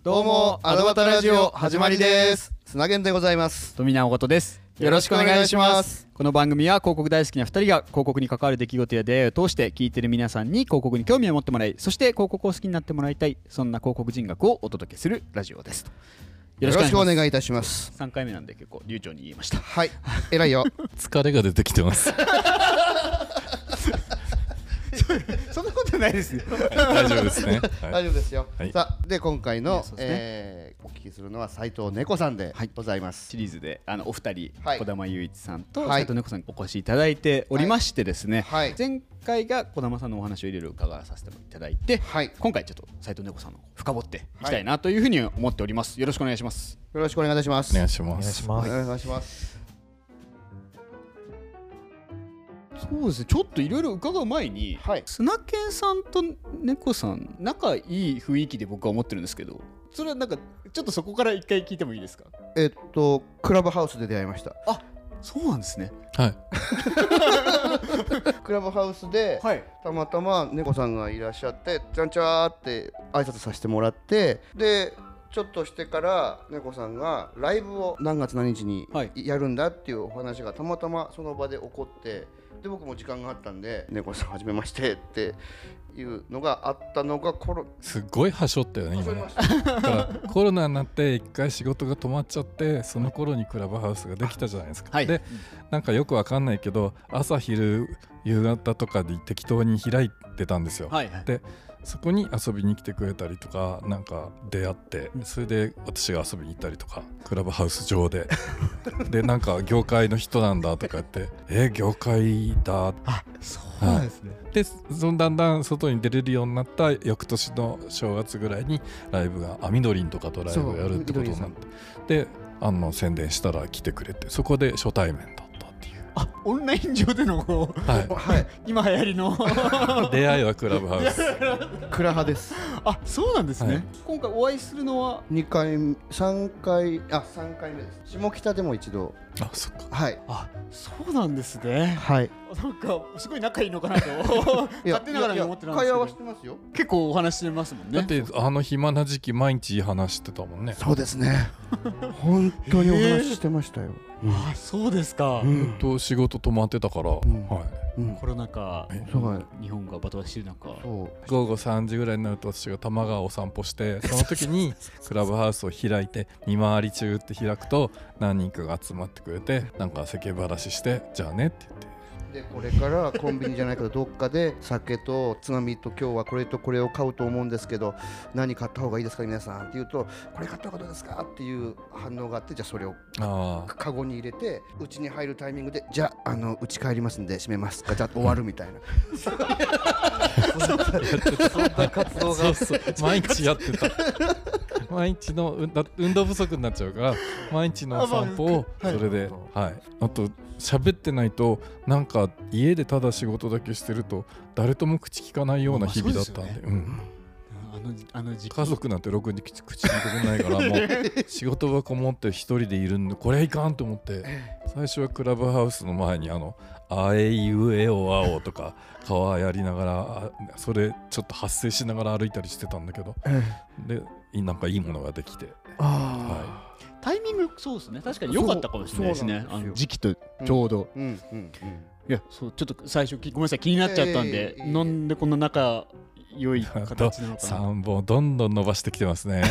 どうもアドバタラジオ始まりです。砂源でございます。 富永誠です。よろしくお願いします。この番組は広告大好きな2人が広告に関わる出来事や出会いを通して聞いている皆さんに広告に興味を持ってもらい、そして広告を好きになってもらいたい、そんな広告人学をお届けするラジオです。 よろしくお願いいたします。 3回目なんで結構流暢に言いました。 はい、偉いよ。 疲れが出てきてますそんなことないですよ。 大丈夫ですね。 大丈夫ですよ。 はい、 さあで今回の、 ねお聞きするのは斉藤猫さんでございます。 シリーズでお二人、 はい、 児玉雄一さんとはい斉藤猫さんにお越しいただいておりましてですね、 はい、 前回が児玉さんのお話をいろいろ伺わさせていただいて、 はい、 今回ちょっと斉藤猫さんの深掘っていきたいなというふうに思っております。よろしくお願いします。 よろしくお願いいたします。 お願いします。 お願いします。 そうですね、ちょっといろいろ伺う前に、 はい、 砂犬さんと猫さん仲いい雰囲気で僕は思ってるんですけど、それはなんかちょっとそこから一回聞いてもいいですか？ クラブハウスで出会いました。 あ、そうなんですね。 はい。 クラブハウスで、 はい、 たまたま猫さんがいらっしゃってちゃんちゃーって挨拶させてもらって、でちょっとしてから猫さんがライブを何月何日にやるんだっていうお話がたまたまその場で起こって、で僕も時間があったんで猫さんはじめましてっていうのがあったのがすごいはしょったよね今ね。だからコロナになって一回仕事が止まっちゃって、その頃にクラブハウスができたじゃないですか。 はい、 でなんかよくわかんないけど朝昼夕方とかで適当に開いてたんですよ。 はいはい、 でそこに遊びに来てくれたりとかなんか出会って、それで私が遊びに行ったりとかクラブハウス上ででなんか業界の人なんだとか言って業界だ。 あ、そうなんですね。 でそのだんだん外に出れるようになった翌年の正月ぐらいにライブがみどりんとかとライブをやるってことになって、で宣伝したら来てくれて、そこで初対面だ。 あ、オンライン上でのはい、 今流行りの出会いはクラブハウスクラハです。 あ、そうなんですね、はい、今回お会いするのは 3回目です。下北でも一度。 あ、そっか。 はい。 あ、そうなんですね。 はい。 なんかすごい仲いいのかなと勝手ながらに思ってたんですけど、 会話はしてますよ。 結構お話してますもんね。 だって暇な時期毎日話してたもんね。 そうですね。本当にお話してましたよ。 あ、そうですか。 仕事止まってたから、はい、 コロナ禍、日本がバタバタしてる中、 午後3時ぐらいになると私が多摩川を散歩して、その時にクラブハウスを開いて見回り中って開くと何人かが集まってくれて、なんか世間話してじゃあねって言って、 でこれからコンビニじゃないけどどっかで酒とつまみと今日はこれとこれを買うと思うんですけど何買った方がいいですか皆さんって言うと、これ買った方がどうですかっていう反応があって、じゃあそれをカゴに入れてうちに入るタイミングでじゃあうち帰りますんで閉めますか、じゃあ終わるみたいなそんな活動がそう毎日やってた毎日の運動不足になっちゃうから毎日の散歩をそれで、はい、あと喋ってないとなんか家でただ仕事だけしてると誰とも口聞かないような日々だったんで、家族なんてろくに口聞いてくれないからもう仕事場こもって一人でいるんでこれはいかんと思って、最初はクラブハウスの前にあえいうえおあおとか川やりながらそれちょっと発声しながら歩いたりしてたんだけど、でなんかいいものができて、 タイミングそうですね、確かに良かったかもしれないですね。時期とちょうど、いやそうちょっと最初ごめんなさい気になっちゃったんで、なんでこんな仲良い形なのかな。 3本どんどん伸ばしてきてますね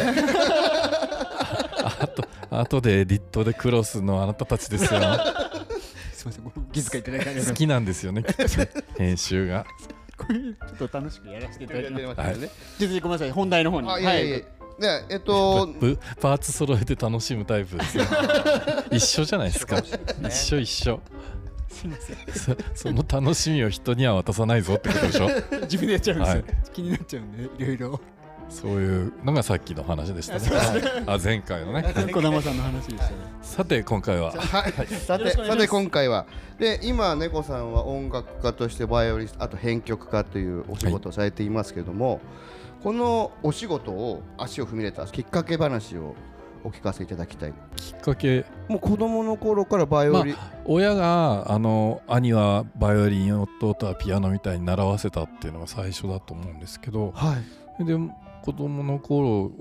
あとでエディットでクロスのあなたたちですよすみません、気遣いいただいて好きなんですよね編集がこれちょっと楽しくやらせていただきます。 はい、 ごめんなさい、本題の方に。 パーツ揃えて楽しむタイプですよ一緒じゃないですか一緒すいませんその楽しみを人には渡さないぞってことでしょ自分でやっちゃうんですよ、気になっちゃうんでいろいろ。 そういうのがさっきの話でしたね前回のね児玉さんの話でしたね。 さて今回はさて今回はで今猫さんは音楽家としてバイオリスト、あと編曲家というお仕事をされていますけども、このお仕事を足を踏み入れたきっかけ話をお聞かせいただきたい。 きっかけ、 もう子供の頃からバイオリン、 親が兄はバイオリン、弟はピアノみたいに習わせたっていうのが最初だと思うんですけど、で子供の頃は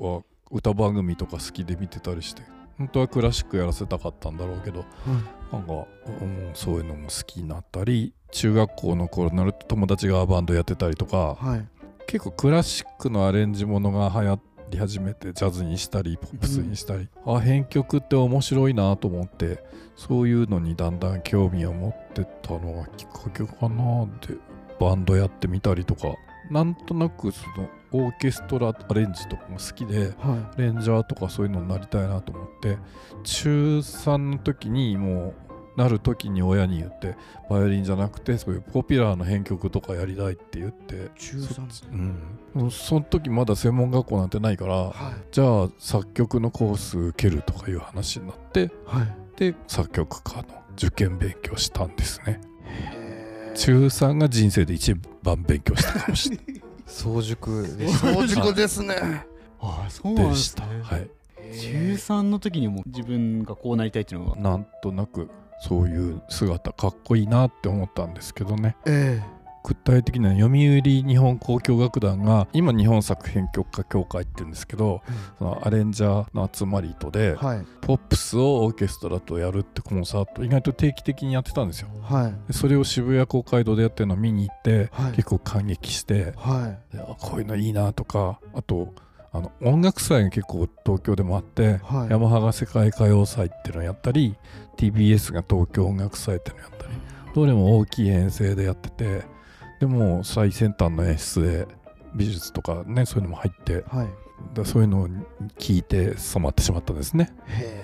歌番組とか好きで見てたりして、本当はクラシックやらせたかったんだろうけど、なんか、そういうのも好きになったり、中学校の頃になると友達がバンドやってたりとか、結構クラシックのアレンジものが流行り始めて、ジャズにしたりポップスにしたり、編曲って面白いなと思って、そういうのにだんだん興味を持ってったのがきっかけかなって、バンドやってみたりとか、なんとなくそのオーケストラアレンジとかも好きで、レンジャーとかそういうのになりたいなと思って、中3の時にもうなる時に親に言って、バイオリンじゃなくてそういうポピュラーの編曲とかやりたいって言って、 中3、 その時まだ専門学校なんてないから、じゃあ作曲のコース受けるとかいう話になって、で作曲家の受験勉強したんですね。中3が人生で一番勉強したかもしれない。 早熟で早熟ですね。 そうなんですね。中中 3の時にも自分がこうなりたいっていうのがなんとなくそういう姿かっこいいなって思ったんですけどね。具体的には読売日本交響楽団が今日本作編曲家協会って言うんですけど、そのアレンジャーの集まりとで、ポップスをオーケストラとやるってコンサート意外と定期的にやってたんですよ。でそれを渋谷公会堂でやってるのを見に行って、結構感激して、こういうのいいなとか、あと音楽祭が結構東京でもあって、ヤマハが世界歌謡祭っていうのをやったり、 TBS が東京音楽祭っていうのをやったり、どれも大きい編成でやってて、でも最先端の演出で美術とかね、そういうのも入って、そういうのを聞いて染まってしまったんですね。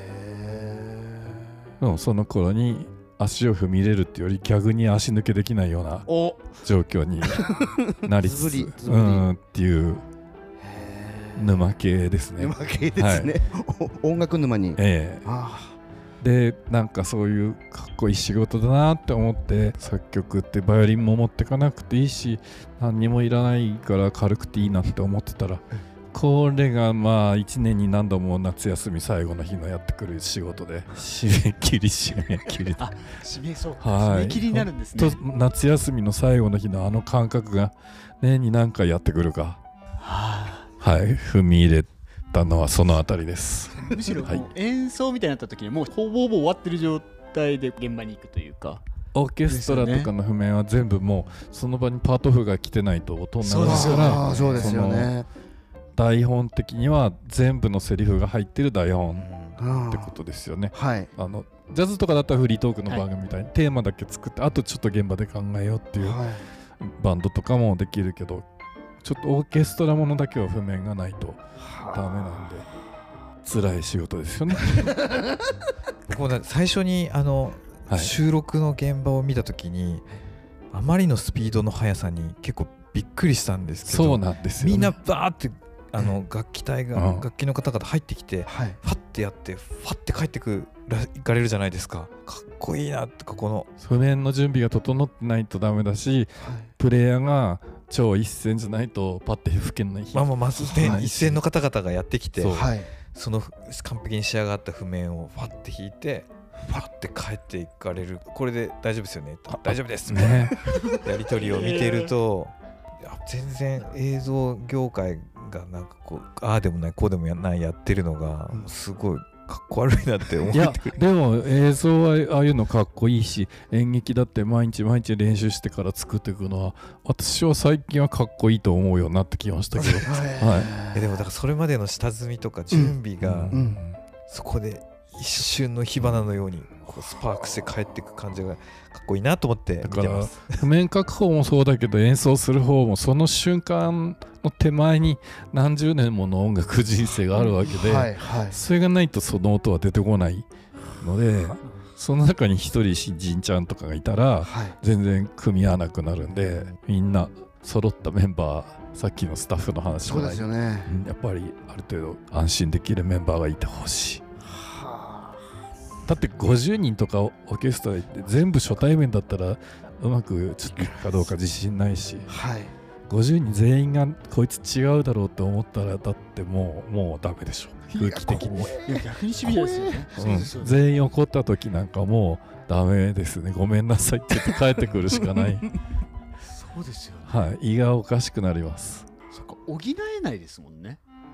その頃に足を踏み入れるっていうより逆に足抜けできないような状況になりつつっていう沼系ですね。 沼系ですね。音楽沼に。 でなんかそういうかっこいい仕事だなって思って、作曲ってバイオリンも持ってかなくていいし何にもいらないから軽くていいなって思ってたら、これがまあ1年に何度も夏休み最後の日のやってくる仕事で、締め切り締め切りになるんですね。夏休みの最後の日の感覚が年に何回やってくるか、踏み入れたのはそのあたりです。 むしろ演奏みたいになった時にもうほぼほぼ終わってる状態で現場に行くというか、 オーケストラとかの譜面は全部もうその場にパート譜が来てないと音にならないから、 そうですよね。 台本的には全部のセリフが入ってる台本ってことですよね。ジャズとかだったらフリートークの番組みたいにテーマだけ作って、あとちょっと現場で考えようっていうバンドとかもできるけど、ちょっとオーケストラものだけは譜面がないとダメなんで辛い仕事ですよね。 僕も最初に収録の現場を見た時に、あまりのスピードの速さに結構びっくりしたんですけど、 そうなんですよね。 みんなバーって楽器隊が、楽器の方々入ってきて、ファッてやってファッて帰って行かれるじゃないですか。かっこいいなってか、この譜面の準備が整ってないとダメだし、プレイヤーが超一線じゃないとパッて吹けない。 まず一線の方々がやってきて、その完璧に仕上がった譜面をファッて弾いてファッて帰っていかれる。これで大丈夫ですよね、大丈夫ですねやり取りを見てると、全然映像業界がなんかこうああでもないこうでもないやってるのがすごいかっこ悪いなって思ってくる。 でも映像はああいうのかっこいいし、演劇だって毎日毎日練習してから作っていくのは私は最近はかっこいいと思うようになってきましたけどでもだからそれまでの下積みとか準備がそこで一瞬の火花のようにこうスパークして帰っていく感じがかっこいいなと思って見てます。 だから譜面書く方もそうだけど演奏する方もその瞬間の手前に何十年もの音楽人生があるわけで、それがないとその音は出てこないので、その中に一人新人ちゃんとかがいたら全然組み合わなくなるんで、みんな揃ったメンバー、さっきのスタッフの話もやっぱりある程度安心できるメンバーがいてほしい。だって50人とかオーケストラ行って全部初対面だったらうまくちょっといくかどうか自信ないし、50人全員がこいつ違うだろうって思ったらだってもうダメでしょ、空気的に。 逆にシビアですよね。 全員怒った時なんかもうダメですね、ごめんなさいって言って帰ってくるしかないそうですよね。 胃がおかしくなります。 そっか、補えないですもんね。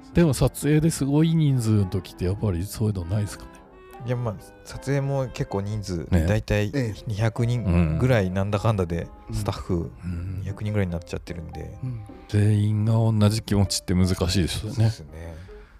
でも撮影ですごい人数の時ってやっぱりそういうのないですかね。 いやまあ撮影も結構人数、だいたい200人ぐらいなんだかんだでスタッフ200人ぐらいになっちゃってるんで、 全員が同じ気持ちって難しいですよね。 そうですね。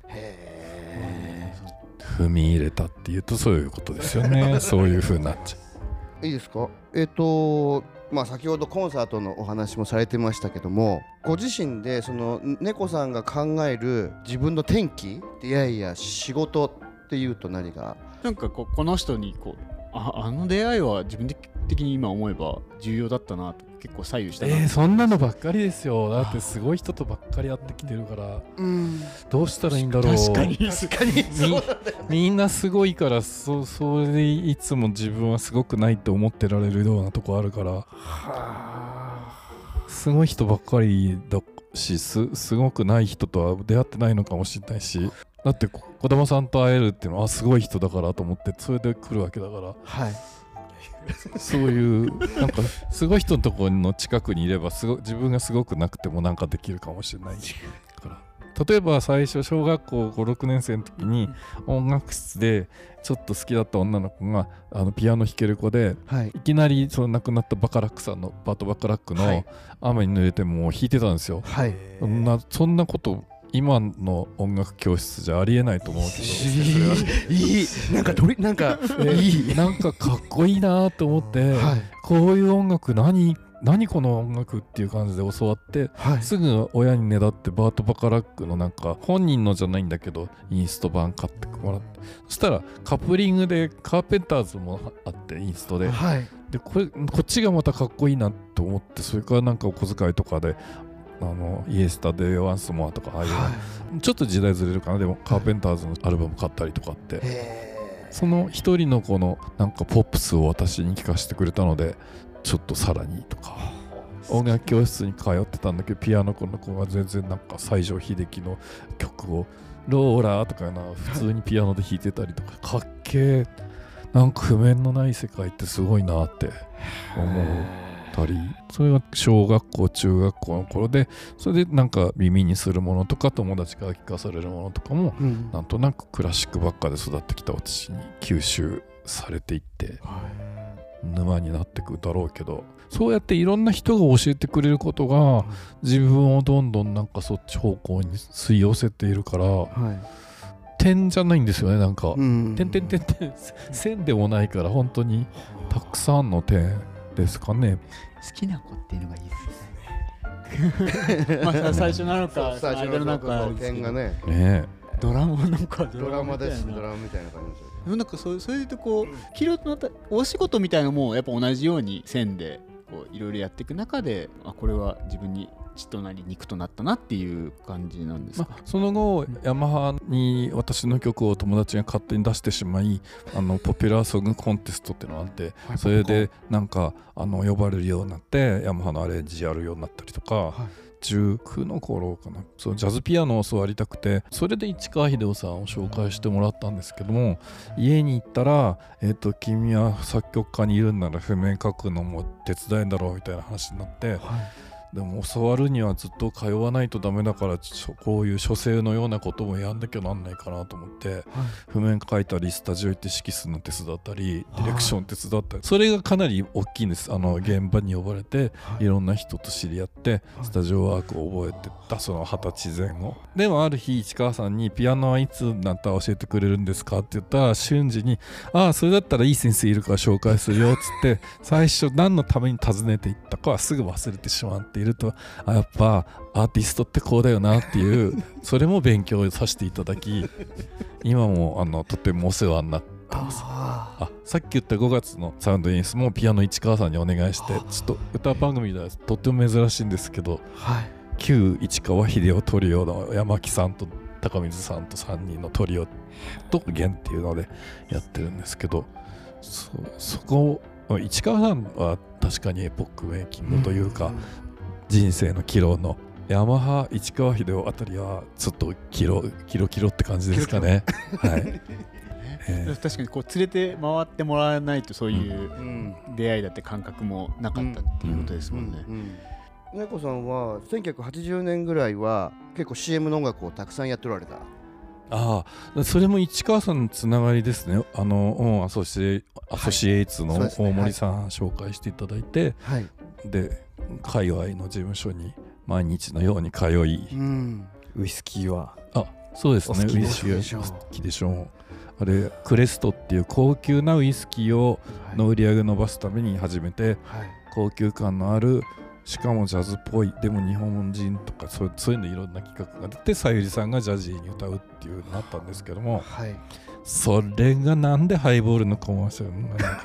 踏み入れたっていうとそういうことですよね。そういう風になっちゃいいですか。まあ先ほどコンサートのお話もされてましたけども、ご自身でその猫さんが考える自分の転機、出会いや仕事っていうと何が、 なんかこの人にあの出会いは自分的に今思えば重要だったなと結構左右したな。 そんなのばっかりですよ。だってすごい人とばっかり会ってきてるから、どうしたらいいんだろう。 確かにみんなすごいから、それでいつも自分はすごくないと思ってられるようなとこあるから、すごい人ばっかりだし、すごくない人とは出会ってないのかもしれないし、だって児玉さんと会えるっていうのはすごい人だからと思ってそれで来るわけだから、そういうなんかすごい人のところの近くにいれば自分がすごくなくてもなんかできるかもしれないから。例えば最初小学校 5,6 年生の時に音楽室でちょっと好きだった女の子がピアノ弾ける子で、いきなりその亡くなったバカラックさんのバート・バカラックの雨に濡れても弾いてたんですよ。そんなこと今の音楽教室じゃありえないと思うけど、 いいなんかなんかかっこいいなと思って、こういう音楽何この音楽っていう感じで教わって、すぐ親にねだってバート・バカラックのなんか本人のじゃないんだけどインスト版買ってもらって、そしたらカップリングでカーペンターズもあってインストで、でこっちがまたかっこいいなと思って、それからなんかお小遣いとかでイエスタデイワンスモアとかああいう、ちょっと時代ずれるかな、でもカーペンターズのアルバム買ったりとかって、その一人の子のなんかポップスを私に聴かせてくれたので、ちょっとさらにとか、音楽教室に通ってたんだけどピアノの子が全然なんか西城秀樹の曲をローラーとか普通にピアノで弾いてたりとか、かっけー、なんか譜面のない世界ってすごいなって思ったり、それが小学校中学校の頃で、それでなんか耳にするものとか友達から聞かされるものとかも、なんとなくクラシックばっかで育ってきた私に吸収されていって、沼になってくだろうけど、そうやっていろんな人が教えてくれることが自分をどんどんなんかそっち方向に吸い寄せているから、点じゃないんですよね。なんか点線でもないから、本当にたくさんの点ですかね。 好きな子っていうのがいいですね。まあ最初なのか最初のなんか点がね、 ドラマなんかドラマですドラマみたいな感じですよ。 なんかそういうとこう黄色となったお仕事みたいなのもやっぱ同じように線でいろいろやっていく中で、これは自分に血となり肉となったなっていう感じなんですか。 その後ヤマハに私の曲を友達が勝手に出してしまい、ポピュラーソングコンテストっていうのがあって、それでなんか呼ばれるようになってヤマハのアレンジやるようになったりとか、19の頃かな、そうジャズピアノを教わりたくて、それで市川秀夫さんを紹介してもらったんですけども、家に行ったら君は作曲家にいるんなら譜面書くのも手伝えんだろうみたいな話になって、でも教わるにはずっと通わないとダメだから、こういう書生のようなこともやんなきゃなんないかなと思って、譜面書いたりスタジオ行って指揮するの手伝ったりディレクション手伝ったり、それがかなり大きいんです。現場に呼ばれていろんな人と知り合ってスタジオワークを覚えてったその20歳前後でも、ある日市川さんにピアノはいつになったら教えてくれるんですかって言ったら、瞬時にそれだったらいい先生いるから紹介するよっつって最初何のために訪ねていったかはすぐ忘れてしまっていると、やっぱアーティストってこうだよなっていうそれも勉強させていただき、今もとてもお世話になってます。さっき言った5月のサウンドインスもピアノ市川さんにお願いして、ちょっと歌番組ではとっても珍しいんですけど、旧市川秀夫トリオの山木さんと高水さんと3人のトリオと弦っていうのでやってるんですけど、そこ市川さんは確かにエポックメイキングというか、人生の岐路のヤマハ市川秀夫あたりはちょっとキロって感じですかね。 確かにこう連れて回ってもらわないとそういう出会いだって感覚もなかったっていうことですもんね。 猫さんは1980年ぐらいは結構 CM の音楽をたくさんやっておられた。 ああ、それも市川さんのつながりですね。アソシエイツの大森さん紹介していただいて、はい、で界隈の事務所に毎日のように通い、 ウイスキーはそうですね、ウイスキーは好きでしょう。あれクレストっていう高級なウイスキーの売り上げ伸ばすために始めて、高級感のあるしかもジャズっぽいでも日本人とかそういうのいろんな企画が出てさゆりさんがジャジーに歌うっていうのになったんですけども、それがなんでハイボールのコマーシャルなのか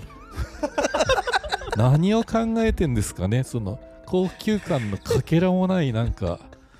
何を考えてんですかね。その高級感のかけらもないなんか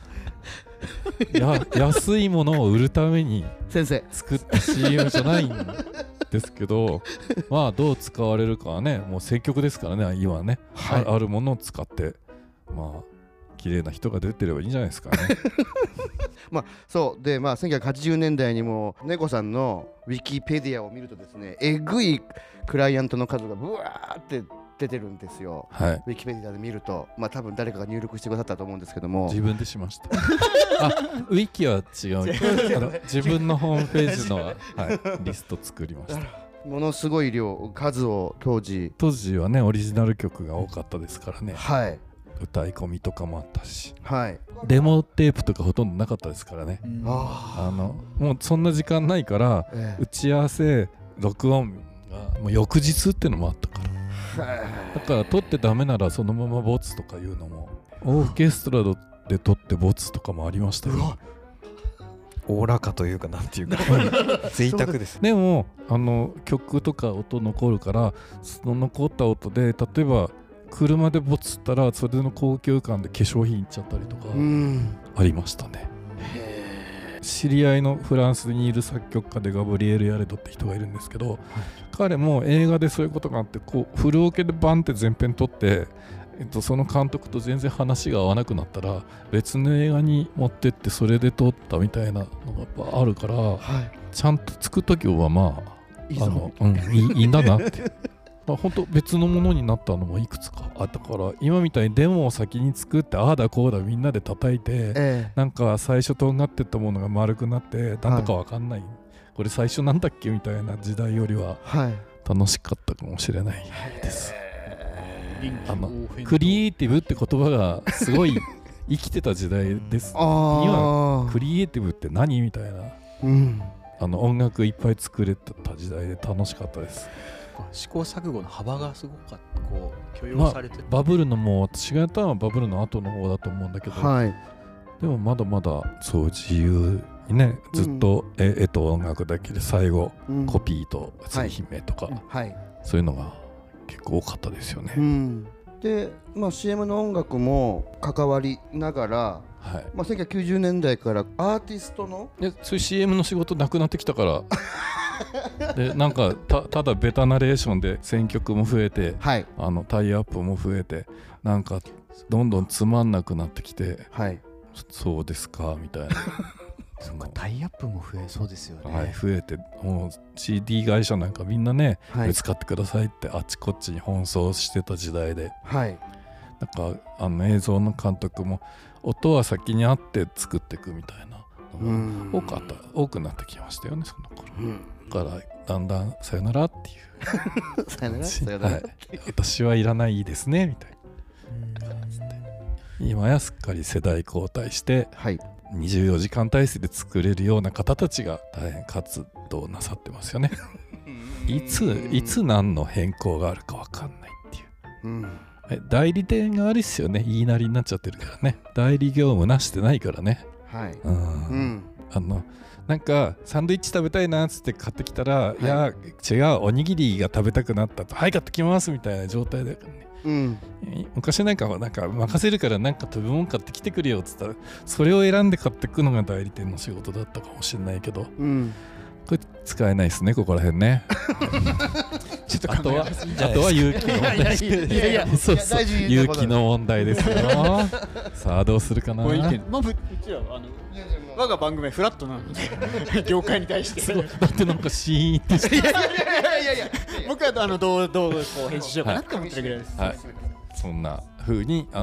安いものを売るために作った CM じゃないんですけどまあどう使われるかはね、もう積極ですからね今ね、あるものを使ってまあ綺麗な人が出てればいいんじゃないですかねまあそうで、1980年代にも猫さんのウィキペディアを見るとですね、えぐいクライアントの数がブワーって出てるんですよ、ウィキペディアで見ると、多分誰かが入力してくださったと思うんですけども、 自分でしましたウィキは違う自分のホームページの、リスト作りました。 ものすごい数を当時はねオリジナル曲が多かったですからね、歌い込みとかもあったし、デモテープとかほとんどなかったですからね、もうそんな時間ないから、打ち合わせ録音がもう翌日ってのもあったから、だから撮ってダメならそのままボツとかいうのも、オーケストラで撮ってボツとかもありましたよ。 おおらかというかなんていうか贅沢です。 でも曲とか音残るから、その残った音で例えば車でボツったらそれの高級感で化粧品いっちゃったりとかありましたね。知り合いのフランスにいる作曲家でガブリエル・ヤレドって人がいるんですけど、彼も映画でそういうことがあって、こうフルオケでバンって全編撮って、その監督と全然話が合わなくなったら別の映画に持ってってそれで撮ったみたいなのがやっぱあるから、ちゃんと作っときはいいんだなって本当別のものになったのもいくつかあったから、今みたいにデモを先に作ってああだこうだみんなで叩いて、なんか最初とんがってったものが丸くなってなんだかわかんない、これ最初なんだっけみたいな時代よりは楽しかったかもしれないです。クリエイティブって言葉がすごい生きてた時代です。今クリエイティブって何みたいな、音楽いっぱい作れた時代で楽しかったです。 試行錯誤の幅がすごかった、こう許容されてて、 バブルのもう私がやったのはバブルの後の方だと思うんだけど、でもまだまだそう自由にね、ずっと絵と音楽だけで最後、コピーと製品名とか、そういうのが結構多かったですよね。 で、CM の音楽も関わりながら、1990年代からアーティストのそういう CM の仕事なくなってきたからでなんか ただベタナレーションで選曲も増えて、タイアップも増えて、なんかどんどんつまんなくなってきて、そうですかみたいなそうか、タイアップも増えそうですよね。 増えて、もう CD 会社なんかみんなね、使ってくださいってあっちこっちに奔走してた時代で、なんか映像の監督も音は先にあって作っていくみたいなのが多くなってきましたよね、その頃。だからだんだんさよならっていうさよなら、 私はいらないですねみたいな感じで、今やすっかり世代交代して、24時間体制で作れるような方たちが大変活動なさってますよねいつ何の変更があるか分かんないっていう、代理店が悪いっすよね。言いなりになっちゃってるからね。代理業務なしてないからね。なんかサンドイッチ食べたいなっつって買ってきたら、いや違う、おにぎりが食べたくなったと、はい買ってきますみたいな状態だからね。昔なんか任せるからなんか食べ物買ってきてくれよっつったら、それを選んで買ってくのが代理店の仕事だったかもしれないけど、これ使えないですね、ここら辺ねちょっとあとは勇気の問題勇気の問題ですよさあどうするかな。 うちは我が番組はフラットな業界に対してだってなんかシーンってして僕はどうこう編集しようかなって思ってるぐらいです。 そんな風に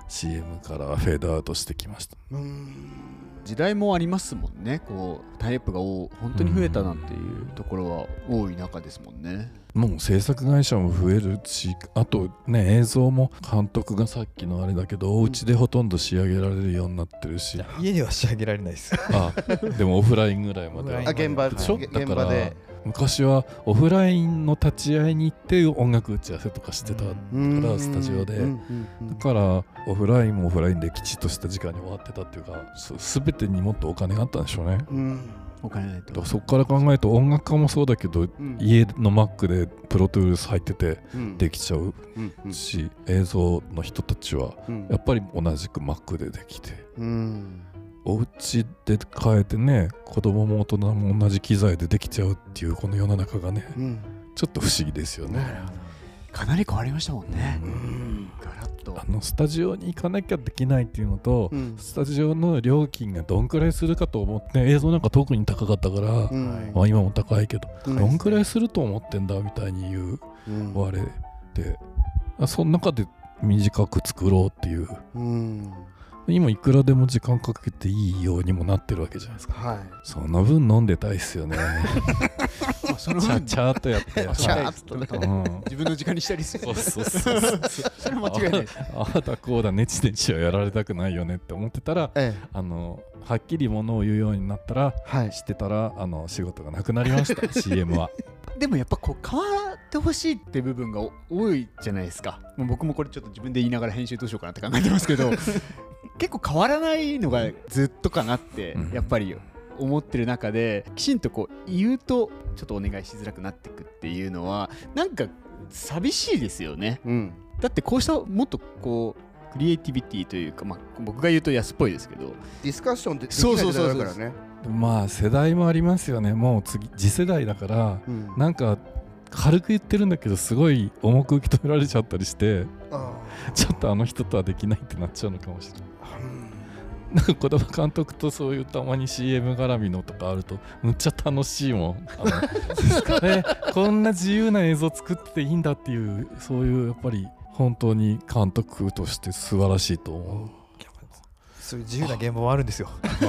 CM からフェードアウトしてきました。 時代もありますもんね。こうタイアップが本当に増えたなんていうところは多い中ですもんね。 もう制作会社も増えるし、あとね映像も監督がさっきのあれだけどお家でほとんど仕上げられるようになってるし、 家では仕上げられないです。 でもオフラインぐらいまでは現場でしょ。 だから昔はオフラインの立ち会いに行って音楽打ち合わせとかしてたからスタジオで、だからオフラインもオフラインできちっとした時間に終わってたっていうか、全てにもっとお金があったんでしょうね。 お金ないと。 そこから考えると音楽家もそうだけど、家の Mac でプロトゥールス入っててできちゃうし、映像の人たちはやっぱり同じく Mac でできて、お家で変えてね、子供も大人も同じ機材でできちゃうっていうこの世の中がね、ちょっと不思議ですよね。 かなり変わりましたもんね。ガラッとスタジオに行かなきゃできないっていうのと、スタジオの料金がどんくらいするかと思って、映像なんか特に高かったから、まあ今も高いけど、どんくらいすると思ってんだみたいに言う我で、その中で短く作ろうっていう、今いくらでも時間かけていいようにもなってるわけじゃないですか。その分飲んでたいっすよね。チャーっとやってチャーっと自分の時間にしたりする。 そうそれは間違いない。 ああだこうだネチネチはやられたくないよねって思ってたら、はっきりものを言うようになったら、知ってたら仕事がなくなりました。CM は。 でもやっぱこう変わってほしいって部分が多いじゃないですか。僕もこれちょっと自分で言いながら編集どうしようかなって考えてますけど結構変わらないのがずっとかなってやっぱり思ってる中で、きちんとこう言うとちょっとお願いしづらくなっていくっていうのはなんか寂しいですよね。だってこうしたもっとこうクリエイティビティというか、僕が言うと安っぽいですけどディスカッションできない時代だからね。 まあ世代もありますよね。もう次世代だから、なんか軽く言ってるんだけどすごい重く受け止められちゃったりして、ちょっとあの人とはできないってなっちゃうのかもしれない。なんか児玉監督とそういうたまに CM 絡みのとかあるとむっちゃ楽しいもん。こんな自由な映像作っていいんだっていう、そういうやっぱり本当に監督として素晴らしいと思う。 そういう自由な現場もあるんですよ。 だ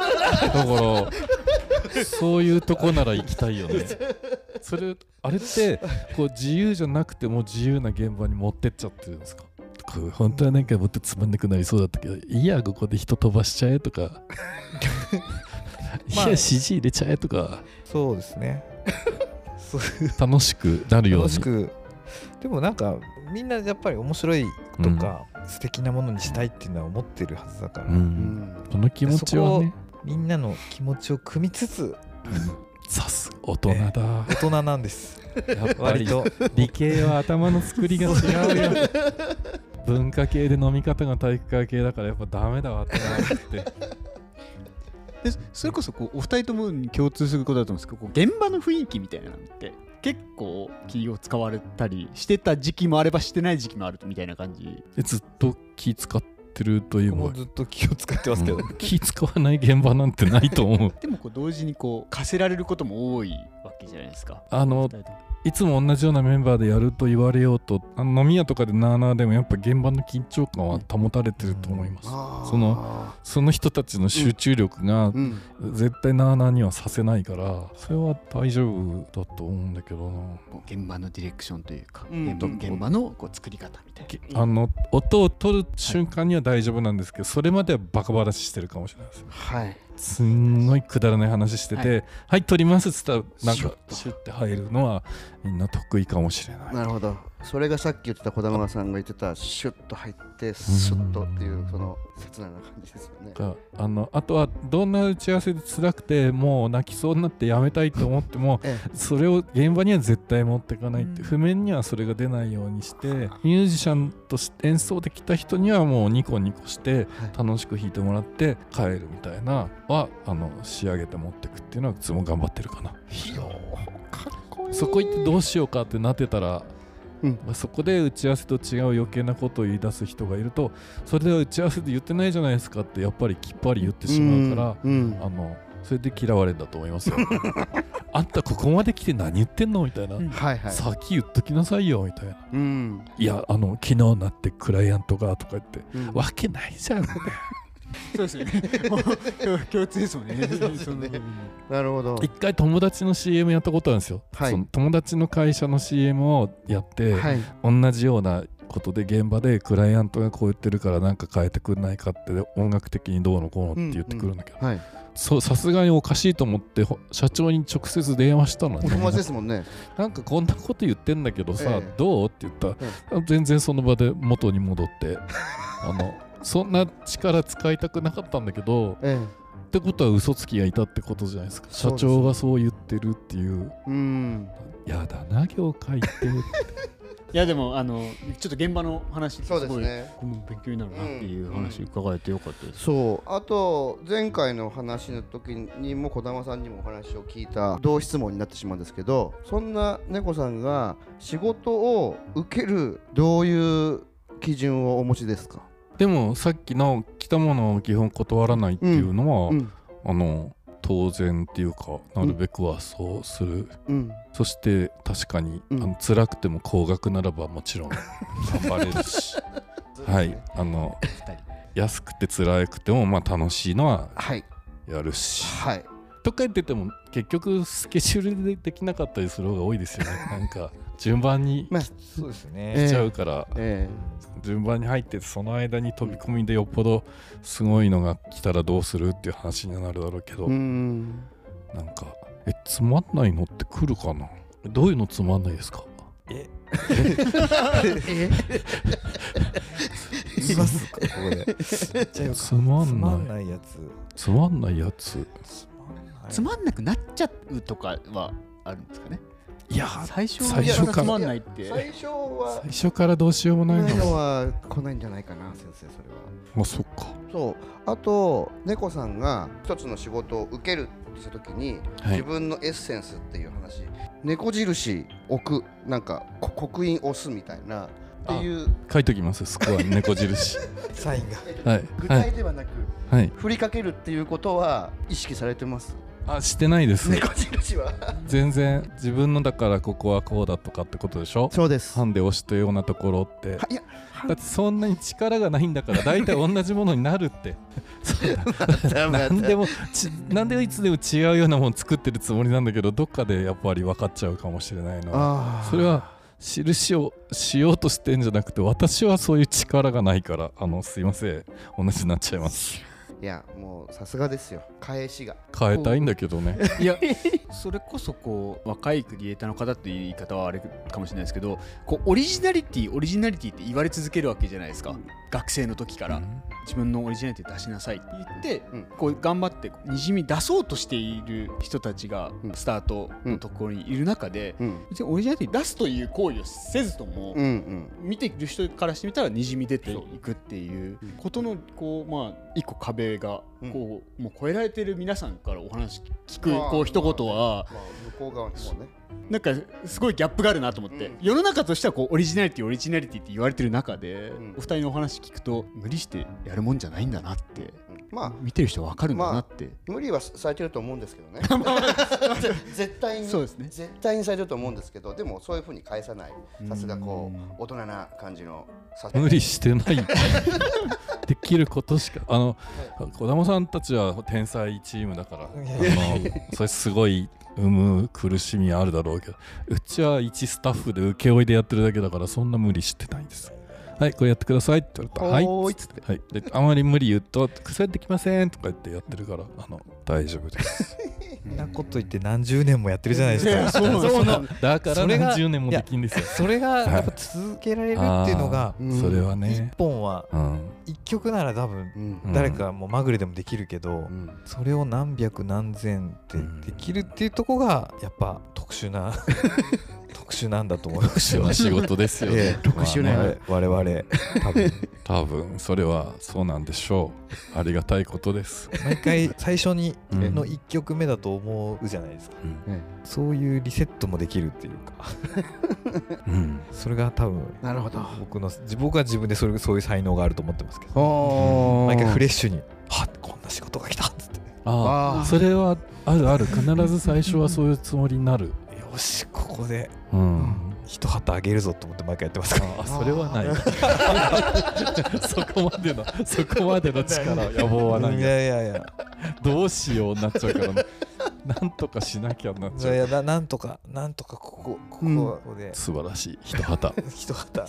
からそういうとこなら行きたいよね。あれってこう自由じゃなくても自由な現場に持ってっちゃってるんですか。本当はなんかもっとつまんなくなりそうだったけど、いやここで人飛ばしちゃえとかいや指示入れちゃえとか、 そうですね。 楽しくなるように。 でもなんかみんなやっぱり面白いとか、素敵なものにしたいっていうのは思ってるはずだから、 その気持ちはね、 みんなの気持ちを汲みつつ、 さす大人だ、 大人なんです。 やっぱり理系は頭の作りが違うよ。文化系で飲み方が体育会系だからやっぱダメだわってなって。 でそれこそこうお二人ともに共通することだと思うんですけど、こう現場の雰囲気みたいなのって結構気を使われたりしてた時期もあればしてない時期もあるみたいな感じ。 ずっと気使ってるというもずっと気を使ってますけど、 気使わない現場なんてないと思う。 でもこう同時にこう課せられることも多いわけじゃないですか。 いつも同じようなメンバーでやると言われようと、飲み屋とかでなあなあでもやっぱ現場の緊張感は保たれてると思います。その人たちの集中力が絶対なあなあにはさせないから、それは大丈夫だと思うんだけどな。 現場のディレクションというか、現場のこう作り方みたいな。 音を取る瞬間には大丈夫なんですけど、それまではバカバラししてるかもしれないです。すんごいくだらない話してて、はい撮りますっつったらなんかシュッて入るのはみんな得意かもしれない。 なるほど。それがさっき言ってた児玉さんが言ってたシュッと入ってスッとっていうその切ないな感じですよね。 あとはどんな打ち合わせで辛くてもう泣きそうになってやめたいと思っても、それを現場には絶対持っていかないって、譜面にはそれが出ないようにして、ミュージシャンとして演奏できた人にはもうニコニコして楽しく弾いてもらって帰るみたいなは仕上げて持っていくっていうのはいつも頑張ってるかな。そこ行ってどうしようかってなってたら、そこで打ち合わせと違う余計なことを言い出す人がいると、それでは打ち合わせで言ってないじゃないですかってやっぱりきっぱり言ってしまうから、 それで嫌われるんだと思いますよあんたここまで来て何言ってんのみたいな、さっき言っときなさいよみたいな、いや昨日なってクライアントがとか言って、わけないじゃんそうですよね共通ですもんねなるほど。 一回友達の CM やったことあるんですよ、その友達の会社の CM をやって、同じようなことで現場でクライアントがこう言ってるからなんか変えてくんないかって音楽的にどうのこうのって言ってくるんだけど、さすがにおかしいと思って社長に直接電話したのね。 お友達ですもんね。 なんかこんなこと言ってんだけどさ、どうって言ったら、全然その場で元に戻ってそんな力使いたくなかったんだけど、ってことは嘘つきがいたってことじゃないですか。社長がそう言ってるっていう。やだな業界っていやでもちょっと現場の話すごい勉強になるなっていう話伺えてよかったです。 そうあと前回の話の時にも児玉さんにもお話を聞いた同質問になってしまうんですけど、そんな猫さんが仕事を受けるどういう基準をお持ちですか？ でもさっきの来たものを基本断らないっていうのは、当然っていうかなるべくはそうする、そして確かに、辛くても高額ならばもちろん頑張れるしはい安くて辛くてもまあ楽しいのはやるし、とか言ってても結局スケジュールでできなかったりする方が多いですよねなんか順番にそうですね来ちゃうから、順番に入ってその間に飛び込みでよっぽどすごいのが来たらどうするっていう話になるだろうけど、なんかつまんないのって来るかな。どういうのつまんないですか？ 言いますかここでつまんないやつつまんなくなっちゃうとかはあるんですかね。 いや最初からつまんないって最初からどうしようもないのは来ないんじゃないかな先生。それはそっか。 そうあと猫さんが一つの仕事を受けるってした時に、自分のエッセンスっていう話、猫印置くなんか刻印押すみたいなっていう書いときます。そこは猫印サインが、 具体ではなく、振りかけるっていうことは意識されてます？ してないです。 猫印は全然自分のだからここはこうだとかってことでしょ。 そうです。 ハンで押したようなところってだってそんなに力がないんだから大体同じものになるってなんでいつでも違うようなもの作ってるつもりなんだけど、どっかでやっぱり分かっちゃうかもしれないな。それは印をしようとしてんじゃなくて、私はそういう力がないからすいません同じになっちゃいます。 いやもうさすがですよ。返しが変えたいんだけどね。 いやそれこそ若いクリエイターの方っていう言い方はあれかもしれないですけど、オリジナリティって言われ続けるわけじゃないですか、学生の時から、自分のオリジナリティ出しなさいって言って、頑張ってにじみ出そうとしている人たちがスタートのところにいる中で、別にオリジナリティ出すという行為をせずとも、見ている人からしてみたらにじみ出ていくっていうことの一個壁がもう超えられてる皆さんからお話聞く一言は、 向こう側にもね、 なんかすごいギャップがあるなと思って、世の中としてはオリジナリティって言われてる中で、お二人のお話聞くと無理してやるもんじゃないんだなって、見てる人は分かるんだなって、 無理はされてると思うんですけどね絶対にそうですね、絶対にされてると思うんですけど、でもそういう風に返さない、さすが大人な感じの無理してないできることしか児玉さんたちは天才チームだからそれすごい生む苦しみあるだろうけど、うちは一スタッフで請負いでやってるだけだから、そんな無理してないんです。はいこれやってくださいって言われたらはいっつって、はい、であまり無理言うと腐ってきませんとか言ってやってるから大丈夫ですそんなこと言って何十年もやってるじゃないですかだから何十年もできんですよ。 それがやっぱ続けられるっていうのが、 それはね、 一本は一曲なら多分誰かもうまぐれでもできるけど、それを何百何千ってできるっていうとこがやっぱ特殊なんだと思いますよ。 特殊な仕事ですよね。 特殊ね、 我々 多分それはそうなんでしょう。ありがたいことです。 毎回最初にの1曲目だと思うじゃないですか、そういうリセットもできるっていうかそれが多分なるほど、 僕は自分でそういう才能があると思ってますけど、毎回フレッシュにこんな仕事が来たっつってああ、それはあるある。必ず最初はそういうつもりになる。 よしここでうん、 一旗あげるぞと思って毎回やってますから。 あ、それはないそこまでの力、野望はない。 いやどうしようになっちゃうからね。なんとかしなきゃになっちゃう。 いやなんとかここで素晴らしい。一旗一旗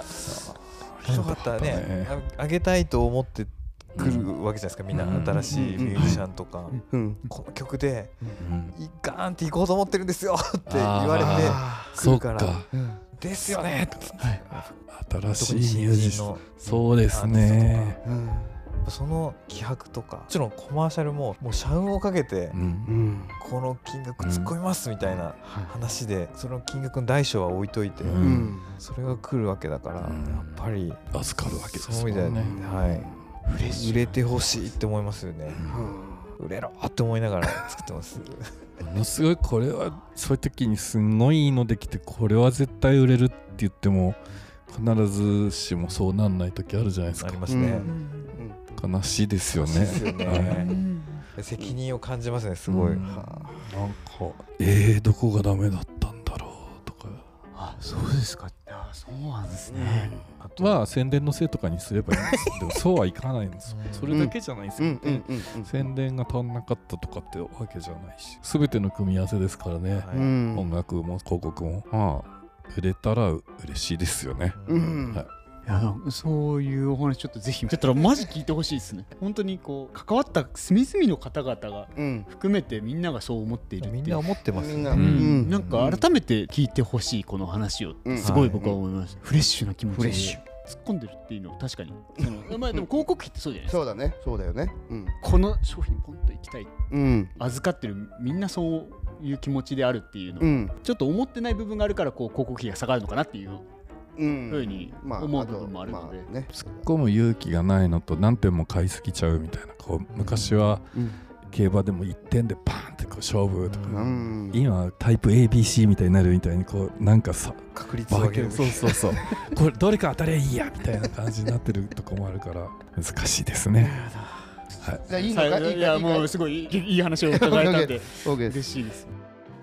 ねあげたいと思って来るわけじゃないですか、みんな。新しいミュージシャンとか、この曲でガーンって行こうと思ってるんですよって言われて来るからですよね。 新しいミュージシャン、そうですね。 その気迫とか、もちろんコマーシャルももう社運をかけてこの金額突っ込みますみたいな話で、その金額の大小は置いといてそれが来るわけだから、やっぱり預かるわけですよね。売れてほしいって思いますよね。売れろって思いながら作ってます。 ものすごい、これはそういう時にすんごいいいのできて、これは絶対売れるって言っても必ずしもそうなんない時あるじゃないですか。 ありますね。 悲しいですよね。 責任を感じますね、すごい。なんかどこがダメだったんだろうとか。 あ、そうですか。そうなんですね。 まあ宣伝のせいとかにすればいいんです。でもそうはいかないんですよ。それだけじゃないですよね。宣伝が足んなかったとかってわけじゃないし、全ての組み合わせですからね。音楽も広告も、まあ売れたら嬉しいですよね。 いや、そういうお話ちょっとぜひちょっとマジ聞いてほしいですね。本当にこう関わった隅々の方々が含めてみんながそう思っているって、 みんな思ってます。 なんか改めて聞いてほしいこの話をすごい僕は思います。フレッシュな気持ちで突っ込んでるっていうのは確かにまあでも広告費ってそうじゃないですか。 そうだね、そうだよね。 この商品ポンといきたい、預かってるみんなそういう気持ちであるっていうのちょっと思ってない部分があるから、こう広告費が下がるのかなっていうふうに思う部分もあるので、 突っ込む勇気がないのと、何点も買いすぎちゃうみたいな。こう昔は競馬でも1点でバーンってこう勝負とか、今タイプ ABC みたいになるみたいに、こうなんかさ、 確率を上げる、 そうこれどれか当たりゃいいやみたいな感じになってるとこもあるから難しいですね。 じゃあいいのか。 いや、もうすごいいい話を伺えたんで嬉しいです。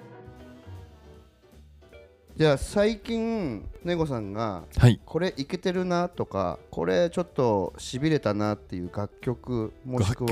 じゃあ最近ネゴさんがこれいけてるなとか、これちょっとしびれたなっていう楽曲もしく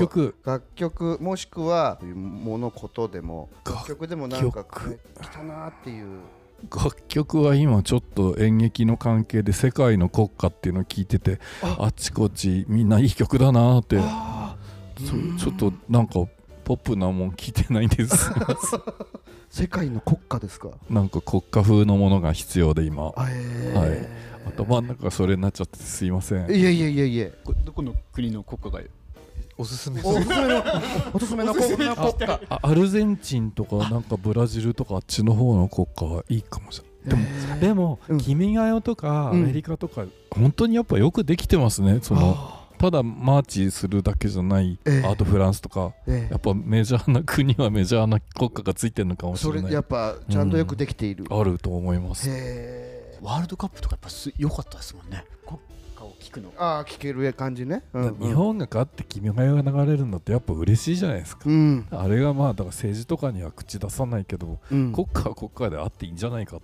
はものことでも、楽曲でもなんかこれ来たなっていう楽曲は今ちょっと演劇の関係で世界の国歌っていうのを聞いてて、あちこちみんないい曲だなって。ちょっとなんかポップなもん聞いてないんです世界の国歌ですか。 なんか国歌風のものが必要で今、頭の中がそれになっちゃってすいません。 いえどこの国の国歌がおすすめの国歌。 アルゼンチンとかなんかブラジルとかあっちの方の国歌はいいかもしれない。でも君が代とかアメリカとか本当にやっぱよくできてますね。そのただマーチするだけじゃないアートフランスとか、やっぱメジャーな国はメジャーな国歌がついてるのかもしれない。 それやっぱちゃんとよくできている、 あると思います。 ワールドカップとかやっぱ良かったですもんね、国歌を聞くの。 聞ける感じね。 日本が勝って君が代が流れるのってやっぱ嬉しいじゃないですか。あれがまあだから政治とかには口出さないけど、国歌は国歌であっていいんじゃないかって。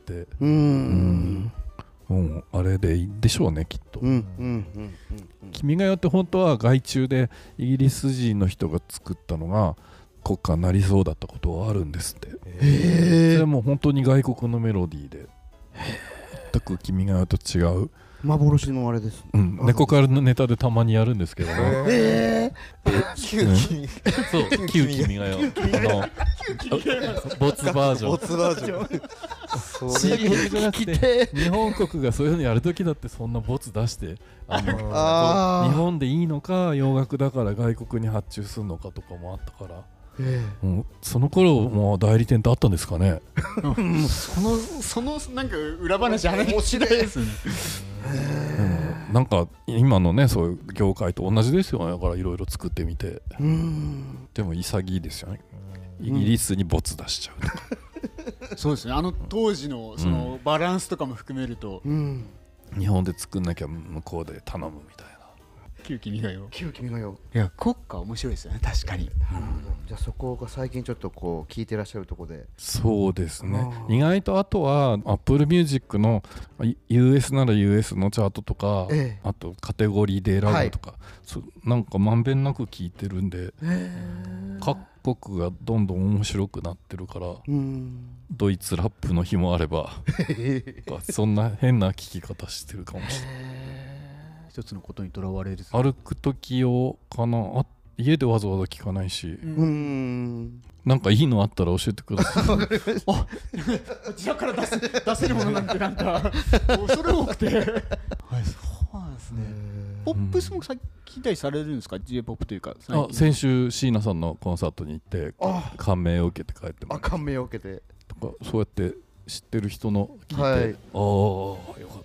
あれでいいんでしょうね、きっと。君が代って本当は外注でイギリス人の人が作ったのが国歌になりそうだったことはあるんですって。それも本当に外国のメロディーで全く君が代と違う幻のあれです、 猫からのネタでたまにやるんですけどね。 旧君が代ボツバージョン。CM じゃなくて日本国がそういうのやるときだってそんなボツ出して日本でいいのか洋楽だから外国に発注するのかとかもあったから、その頃も代理店ってあったんですかね。 そのなんか裏話面白いですね。 なんか今のねそういう業界と同じですよね。だからいろいろ作ってみて、でも潔いですよね。イギリスにボツ出しちゃうとか。 そうですね、当時のそのバランスとかも含めると、 日本で作んなきゃ向こうで頼むみたいな。 旧君が代。 旧君が代。 いや国歌面白いですよね、確かに。 じゃあそこが最近ちょっとこう聞いてらっしゃるところで。 そうですね。意外とあとは Apple Music の US なら US のチャートとか、あとカテゴリーで選ぶとか、なんかまんべんなく聞いてるんで、各国がどんどん面白くなってるから、ドイツラップの日もあればそんな変な聞き方してるかもしれない。 一つのことにとらわれる。 歩く時用かな。家でわざわざ聞かないし、なんかいいのあったら教えてください。 あ、自宅から出せるものなんてなんか恐れ多くて。はい、そうなんですね。ポップスも聞いたりされるんですか、J-POP というか。 先週椎名さんのコンサートに行って感銘を受けて帰ってます。 感銘を受けてとか、そうやって知ってる人の聞いて、ああよかった、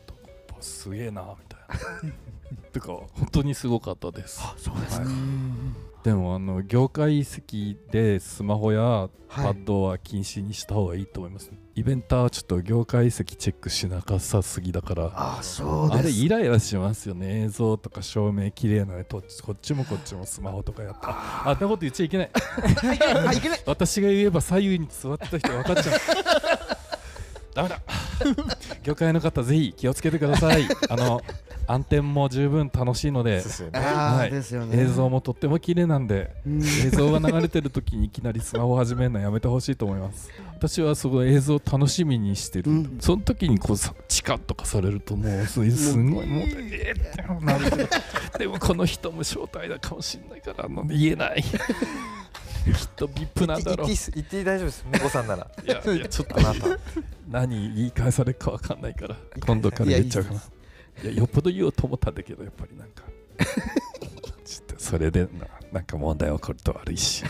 すげえなみたいな。てか本当にすごかったです。 そうですか。 でも業界移籍でスマホやパッドは禁止にした方がいいと思います、ね。イベンターはちょっと業界移籍チェックしなさすぎだから、あれイライラしますよね。映像とか照明綺麗なのこっちもスマホとかやったら、あんなこと言っちゃいけない。私が言えば左右に座ってた人分かっちゃう。ダメだ。業界の方ぜひ気をつけてください。暗転も十分楽しいので、映像もとっても綺麗なんで、映像が流れてる時にいきなりスマホ始めるのやめてほしいと思います。私はその映像を楽しみにしてる、その時にこうチカッとかされるともうすごいもうってなるけど、でもこの人も招待だかもしれないから言えない。きっと VIP なんだろう。 言って大丈夫です、猫さんなら。 いやちょっと何言い返されるか分かんないから今度から言っちゃうかな。いやよっぽど言おうと思ったんだけど、やっぱりなんかちょっとそれでなんか問題起こると悪いし。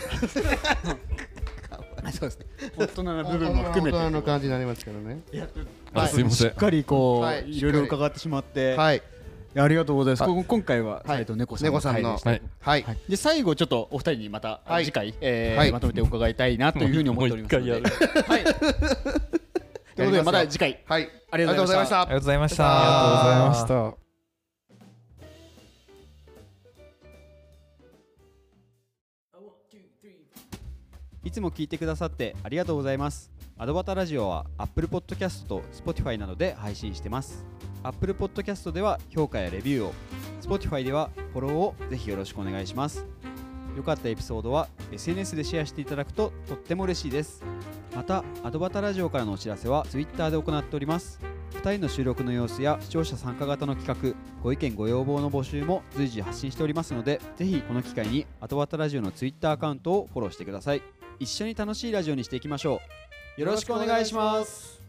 そうですね。大人な部分も含めて大人の感じになりますからね。 すいません。 しっかりこういろいろ伺ってしまって、ありがとうございます。今回は猫さんので最後ちょっとお二人にまた次回まとめて伺いたいなというふうに思っておりますので。ということでまた次回ありがとうございました。 ありがとうございました。 ありがとうございました。 いつも聞いてくださってありがとうございます。アドバタラジオは Apple Podcast と Spotify などで配信してます。Apple Podcast では評価やレビューを、Spotify ではフォローをぜひよろしくお願いします。良かったエピソードは SNS でシェアしていただくととっても嬉しいです。またアドバタラジオからのお知らせは Twitter で行っております。2人の収録の様子や視聴者参加型の企画、ご意見ご要望の募集も随時発信しておりますので、ぜひこの機会にアドバタラジオの Twitter アカウントをフォローしてください。一緒に楽しいラジオにしていきましょう。よろしくお願いします。